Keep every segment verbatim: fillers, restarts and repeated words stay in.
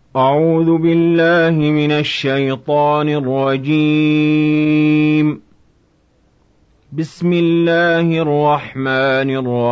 أعوذ بالله من الشيطان الرجيم. بسم الله الرحمن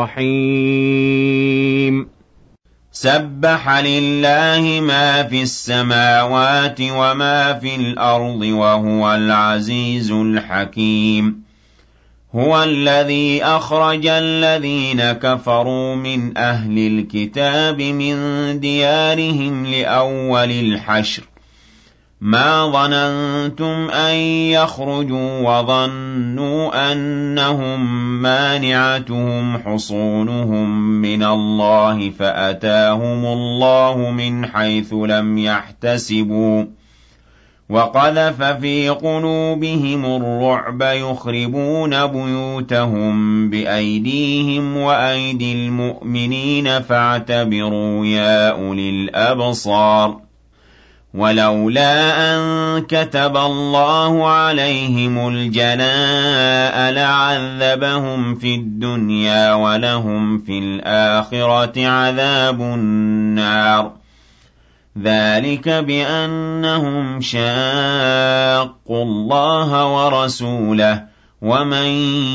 الرحيم. سبح لله ما في السماوات وما في الأرض وهو العزيز الحكيم. هو الذي أخرج الذين كفروا من أهل الكتاب من ديارهم لأول الحشر ما ظننتم أن يخرجوا وظنوا أنهم مانعتهم حصونهم من الله فأتاهم الله من حيث لم يحتسبوا وقذف في قلوبهم الرعب يخربون بيوتهم بأيديهم وأيدي المؤمنين فاعتبروا يا أولي الأبصار. ولولا أن كتب الله عليهم الجلاء لعذبهم في الدنيا ولهم في الآخرة عذاب النار. ذلك بأنهم شاقوا الله ورسوله ومن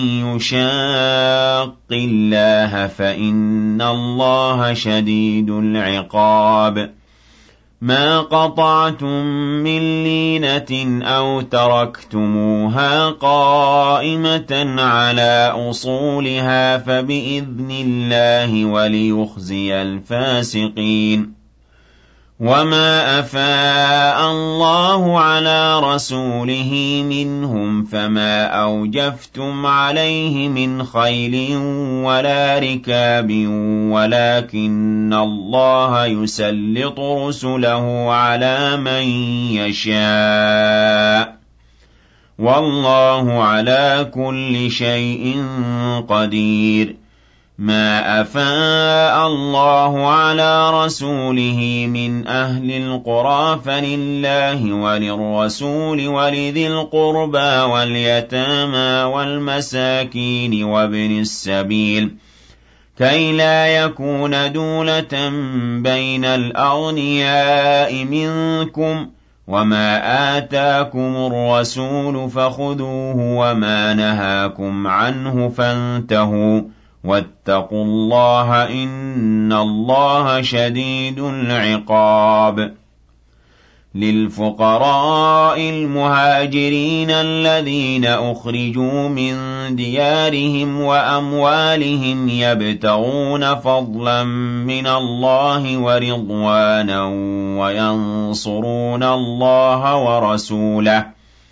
يشاق الله فإن الله شديد العقاب. ما قطعتم من لينة أو تركتموها قائمة على أصولها فبإذن الله وليخزي الفاسقين. وما أفاء الله على رسوله منهم فما أوجفتم عليه من خيل ولا ركاب ولكن الله يسلط رسله على من يشاء والله على كل شيء قدير. ما أفاء الله على رسوله من أهل القرى فلله وللرسول ولذي القربى واليتامى والمساكين وابن السبيل كي لا يكون دولة بين الأغنياء منكم. وما آتاكم الرسول فخذوه وما نهاكم عنه فانتهوا واتقوا الله إن الله شديد العقاب. للفقراء المهاجرين الذين أخرجوا من ديارهم وأموالهم يبتغون فضلا من الله ورضوانا وينصرون الله ورسوله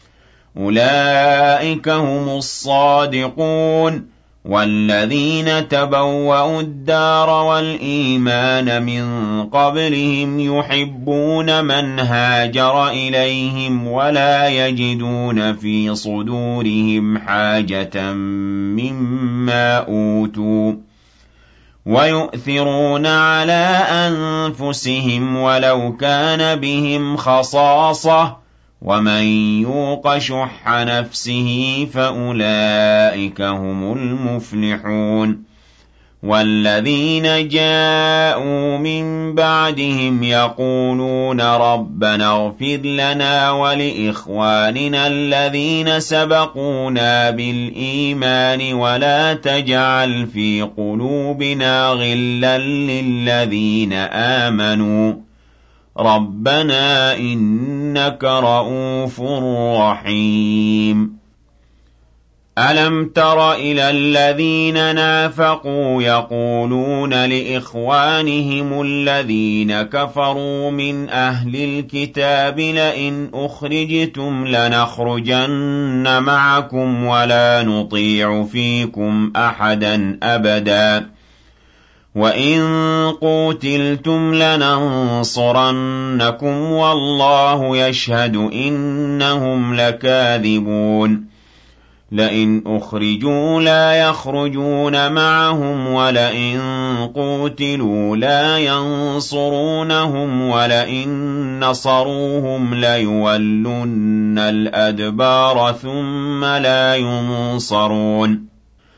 أولئك هم الصادقون. والذين تبوأوا الدار والإيمان من قبلهم يحبون من هاجر إليهم ولا يجدون في صدورهم حاجة مما أوتوا ويؤثرون على أنفسهم ولو كان بهم خصاصة ومن يوق شح نفسه فأولئك هم المفلحون. والذين جاءوا من بعدهم يقولون ربنا اغفر لنا ولإخواننا الذين سبقونا بالإيمان ولا تجعل في قلوبنا غلا للذين آمنوا ربنا إنك رؤوف رحيم. ألم تر إلى الذين نافقوا يقولون لإخوانهم الذين كفروا من أهل الكتاب لئن أخرجتم لنخرجن معكم ولا نطيع فيكم أحدا أبدا وإن قوتلتم لننصرنكم والله يشهد إنهم لكاذبون. لئن أخرجوا لا يخرجون معهم ولئن قوتلوا لا ينصرونهم ولئن نصروهم ليولن الأدبار ثم لا ينصرون.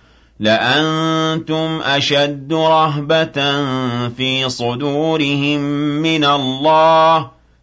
لأنتم أشد رهبة في صدورهم من الله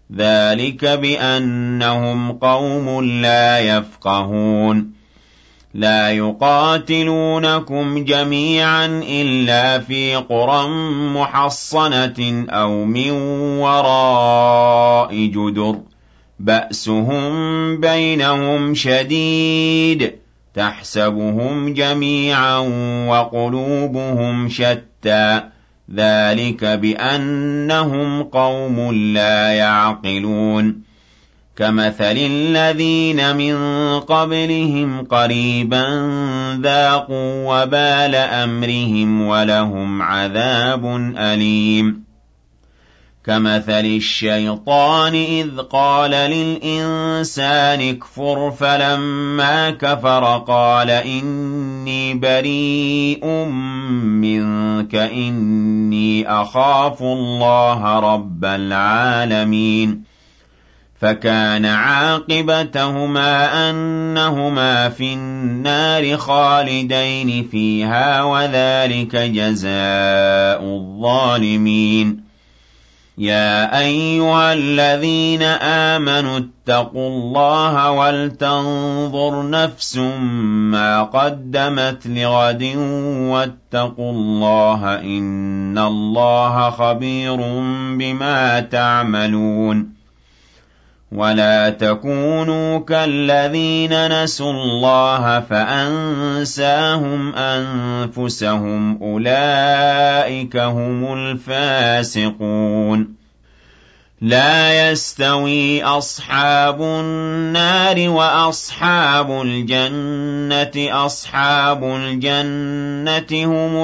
ذلك بأنهم قوم لا يفقهون لا يقاتلونكم جميعا إلا في قرى محصنة أو من وراء جدر بأسهم بينهم شديد تحسبهم جميعا وقلوبهم شتى ذلك بأنهم قوم لا يعقلون كمثل الذين من قبلهم قريبا ذاقوا وبال أمرهم ولهم عذاب أليم كمثل الشيطان إذ قال للإنسان اكفر فلما كفر قال إني بريء منك إني أخاف الله رب العالمين فكان عاقبتهما أنهما في النار خالدين فيها وذلك جزاء الظالمين يا أيها الذين آمنوا اتقوا الله ولتنظر نفس ما قدمت لغد واتقوا الله إن الله خبير بما تعملون ولا تكونوا كالذين نسوا الله فأنساهم أنفسهم أولئك هم الفاسقون لا يستوي أصحاب النار وأصحاب الجنة أصحاب الجنة هم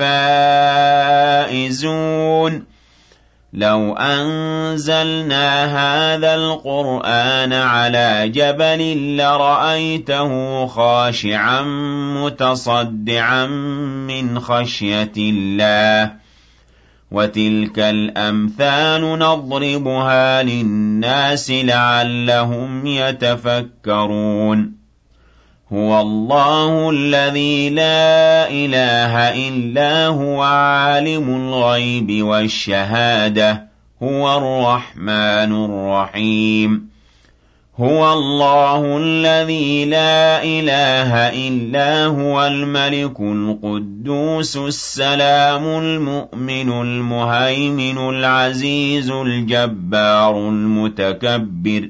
الفائزون لو أنزلنا هذا القرآن على جبل لرأيته خاشعا متصدعا من خشية الله وتلك الأمثال نضربها للناس لعلهم يتفكرون هو الله الذي لا إله إلا هو عالم الغيب والشهادة هو الرحمن الرحيم هو الله الذي لا إله إلا هو الملك القدوس السلام المؤمن المهيمن العزيز الجبار المتكبر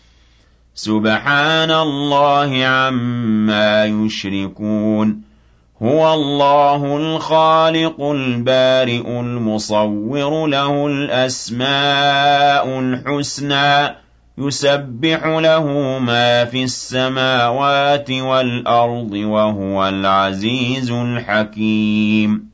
سبحان الله عما يشركون هو الله الخالق البارئ المصور له الأسماء الحسنى يسبح له ما في السماوات والأرض وهو العزيز الحكيم